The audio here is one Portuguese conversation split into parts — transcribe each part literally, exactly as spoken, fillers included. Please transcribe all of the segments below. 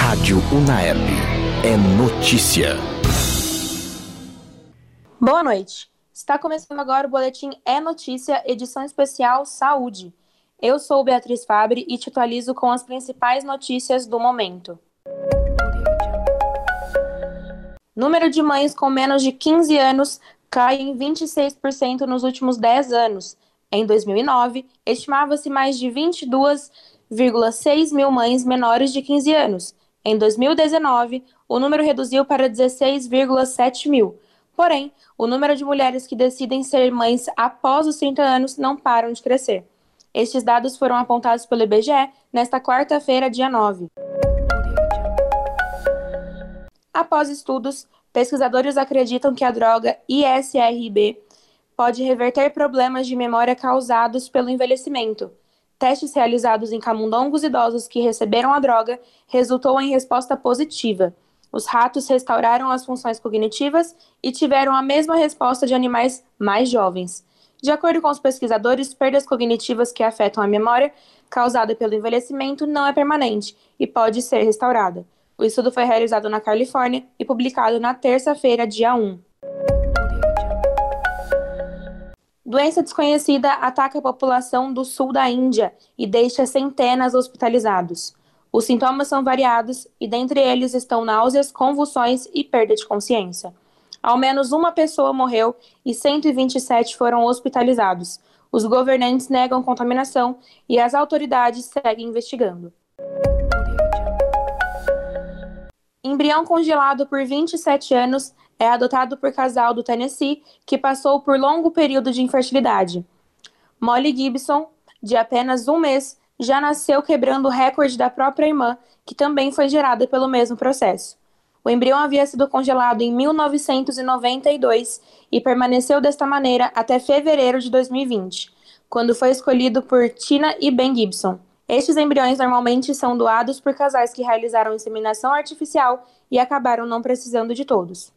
Rádio Unaerp. É notícia. Boa noite. Está começando agora o Boletim É Notícia, edição especial Saúde. Eu sou Beatriz Fabre e te atualizo com as principais notícias do momento. Número de mães com menos de quinze anos cai em vinte e seis por cento nos últimos dez anos. Em dois mil e nove, estimava-se mais de vinte e duas vírgula seis mil mães menores de quinze anos. Em dois mil e dezenove, o número reduziu para dezesseis vírgula sete mil. Porém, o número de mulheres que decidem ser mães após os trinta anos não param de crescer. Estes dados foram apontados pelo I B G E nesta quarta-feira, dia nove. Após estudos, pesquisadores acreditam que a droga I S R B pode reverter problemas de memória causados pelo envelhecimento. Testes realizados em camundongos idosos que receberam a droga resultou em resposta positiva. Os ratos restauraram as funções cognitivas e tiveram a mesma resposta de animais mais jovens. De acordo com os pesquisadores, perdas cognitivas que afetam a memória causada pelo envelhecimento não é permanente e pode ser restaurada. O estudo foi realizado na Califórnia e publicado na terça-feira, dia um. Doença desconhecida ataca a população do sul da Índia e deixa centenas hospitalizados. Os sintomas são variados e dentre eles estão náuseas, convulsões e perda de consciência. Ao menos uma pessoa morreu e cento e vinte e sete foram hospitalizados. Os governantes negam contaminação e as autoridades seguem investigando. Embrião congelado por vinte e sete anos é adotado por casal do Tennessee que passou por longo período de infertilidade. Molly Gibson, de apenas um mês, já nasceu quebrando o recorde da própria irmã, que também foi gerada pelo mesmo processo. O embrião havia sido congelado em mil novecentos e noventa e dois e permaneceu desta maneira até fevereiro de dois mil e vinte, quando foi escolhido por Tina e Ben Gibson. Estes embriões normalmente são doados por casais que realizaram inseminação artificial e acabaram não precisando de todos.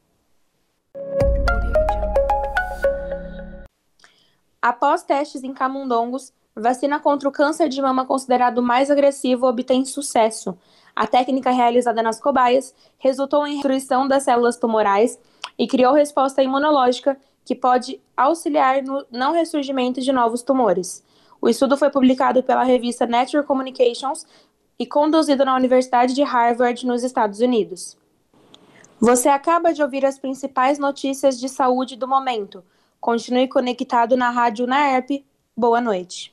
Após testes em camundongos, vacina contra o câncer de mama considerado mais agressivo obtém sucesso. A técnica realizada nas cobaias resultou em destruição das células tumorais e criou resposta imunológica que pode auxiliar no não ressurgimento de novos tumores. O estudo foi publicado pela revista Nature Communications e conduzido na Universidade de Harvard, nos Estados Unidos. Você acaba de ouvir as principais notícias de saúde do momento. Continue conectado na Rádio Unaerp. Boa noite.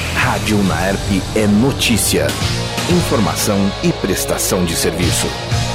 Rádio Unaerp é notícia. Informação e prestação de serviço.